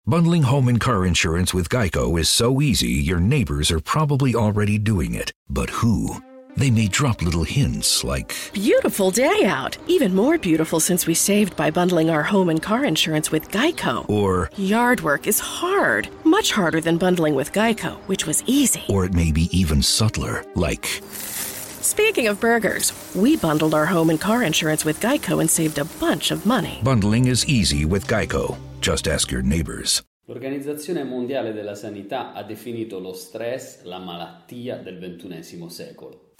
Bundling home and car insurance with Geico is so easy, your neighbors are probably already doing it. But who? They may drop little hints like, "Beautiful day out. Even more beautiful since we saved by bundling our home and car insurance with Geico." or, "Yard work is hard. Much harder than bundling with Geico, which was easy." or it may be even subtler, like, Speaking of burgers, we bundled our home and car insurance with Geico and saved a bunch of money. bundling is easy with Geico. Just ask your neighbors. L'Organizzazione Mondiale della Sanità ha definito lo stress la malattia del XXI secolo.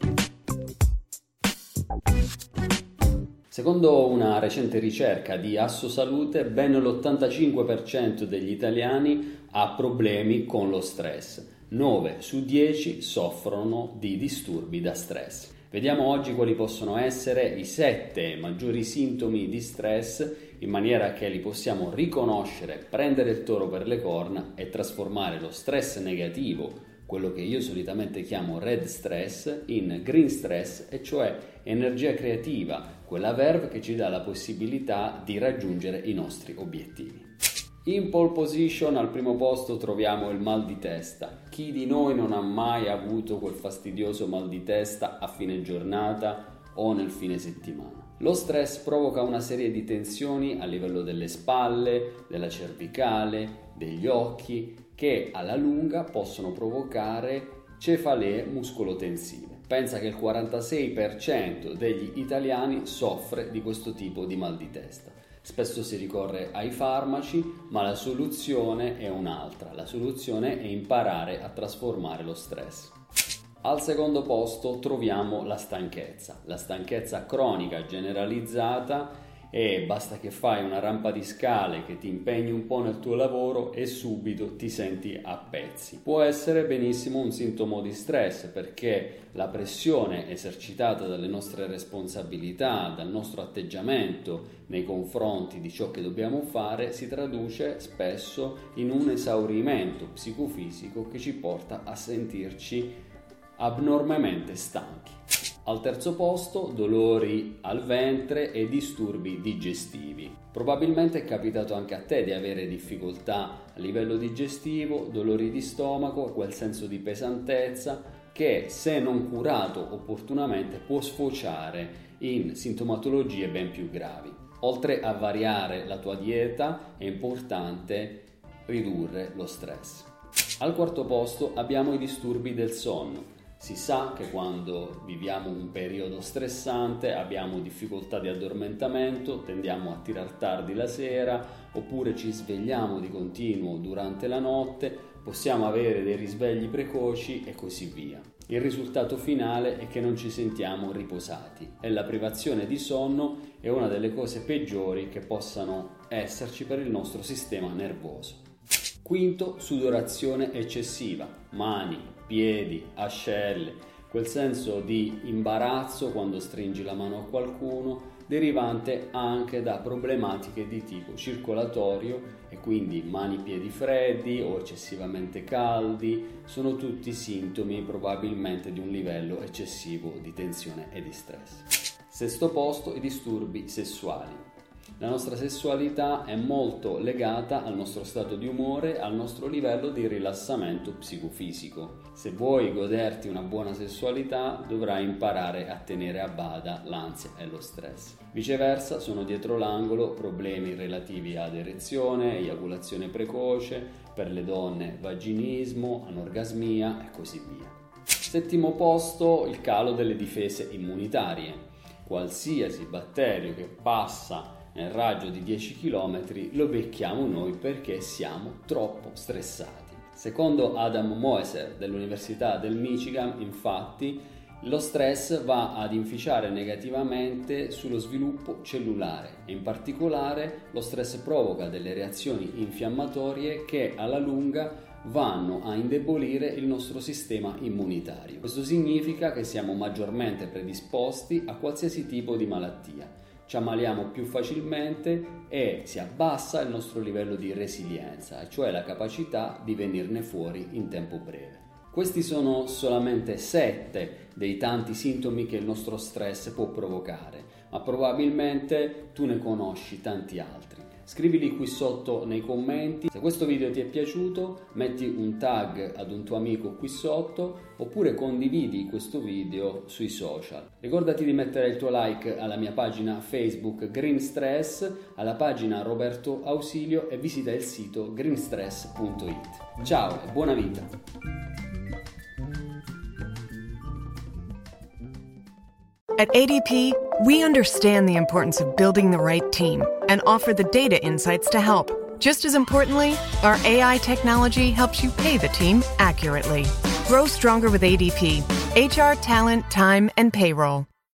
Secondo una recente ricerca di Assosalute, ben l'85% degli italiani ha problemi con lo stress. 9 su 10 soffrono di disturbi da stress. Vediamo oggi quali possono essere i 7 maggiori sintomi di stress, in maniera che li possiamo riconoscere, prendere il toro per le corna e trasformare lo stress negativo, quello che io solitamente chiamo red stress, in green stress, e cioè energia creativa, quella verve che ci dà la possibilità di raggiungere i nostri obiettivi. In pole position al primo posto troviamo il mal di testa. Chi di noi non ha mai avuto quel fastidioso mal di testa a fine giornata o nel fine settimana? Lo stress provoca una serie di tensioni a livello delle spalle, della cervicale, degli occhi, che alla lunga possono provocare cefalee muscolotensive. Pensa che il 46% degli italiani soffre di questo tipo di mal di testa. Spesso si ricorre ai farmaci, ma la soluzione è un'altra. La soluzione è imparare a trasformare lo stress. Al secondo posto troviamo la stanchezza cronica generalizzata, e basta che fai una rampa di scale, che ti impegni un po' nel tuo lavoro e subito ti senti a pezzi. Può essere benissimo un sintomo di stress, perché la pressione esercitata dalle nostre responsabilità, dal nostro atteggiamento nei confronti di ciò che dobbiamo fare, si traduce spesso in un esaurimento psicofisico che ci porta a sentirci abnormemente stanchi. Al terzo posto, dolori al ventre e disturbi digestivi. Probabilmente è capitato anche a te di avere difficoltà a livello digestivo, dolori di stomaco, quel senso di pesantezza che, se non curato opportunamente, può sfociare in sintomatologie ben più gravi. Oltre a variare la tua dieta, è importante ridurre lo stress. Al quarto posto abbiamo i disturbi del sonno. Si sa che quando viviamo un periodo stressante abbiamo difficoltà di addormentamento, tendiamo a tirar tardi la sera, oppure ci svegliamo di continuo durante la notte, possiamo avere dei risvegli precoci e così via. Il risultato finale è che non ci sentiamo riposati, e la privazione di sonno è una delle cose peggiori che possano esserci per il nostro sistema nervoso. Quinto, sudorazione eccessiva, mani, piedi, ascelle, quel senso di imbarazzo quando stringi la mano a qualcuno, derivante anche da problematiche di tipo circolatorio, e quindi mani, piedi freddi o eccessivamente caldi, sono tutti sintomi probabilmente di un livello eccessivo di tensione e di stress. Sesto posto, i disturbi sessuali. La nostra sessualità è molto legata al nostro stato di umore, al nostro livello di rilassamento psicofisico. Se vuoi goderti una buona sessualità, dovrai imparare a tenere a bada l'ansia e lo stress. Viceversa, sono dietro l'angolo problemi relativi ad erezione, eiaculazione precoce, per le donne vaginismo, anorgasmia e così via. Settimo posto, il calo delle difese immunitarie. Qualsiasi batterio che passa nel raggio di 10 km lo becchiamo noi perché siamo troppo stressati. Secondo Adam Moeser dell'Università del Michigan, infatti, lo stress va ad inficiare negativamente sullo sviluppo cellulare, e in particolare lo stress provoca delle reazioni infiammatorie che alla lunga vanno a indebolire il nostro sistema immunitario. Questo significa che siamo maggiormente predisposti a qualsiasi tipo di malattia. Ci ammaliamo più facilmente e si abbassa il nostro livello di resilienza, cioè la capacità di venirne fuori in tempo breve. Questi sono solamente 7 dei tanti sintomi che il nostro stress può provocare, ma probabilmente tu ne conosci tanti altri. Scrivili qui sotto nei commenti. Se questo video ti è piaciuto, metti un tag ad un tuo amico qui sotto oppure condividi questo video sui social. Ricordati di mettere il tuo like alla mia pagina Facebook Green Stress, alla pagina Roberto Ausilio e visita il sito greenstress.it. Ciao e buona vita! At ADP, we understand the importance of building the right team and offer the data insights to help. Just as importantly, our AI technology helps you pay the team accurately. Grow stronger with ADP, HR, talent, time, and payroll.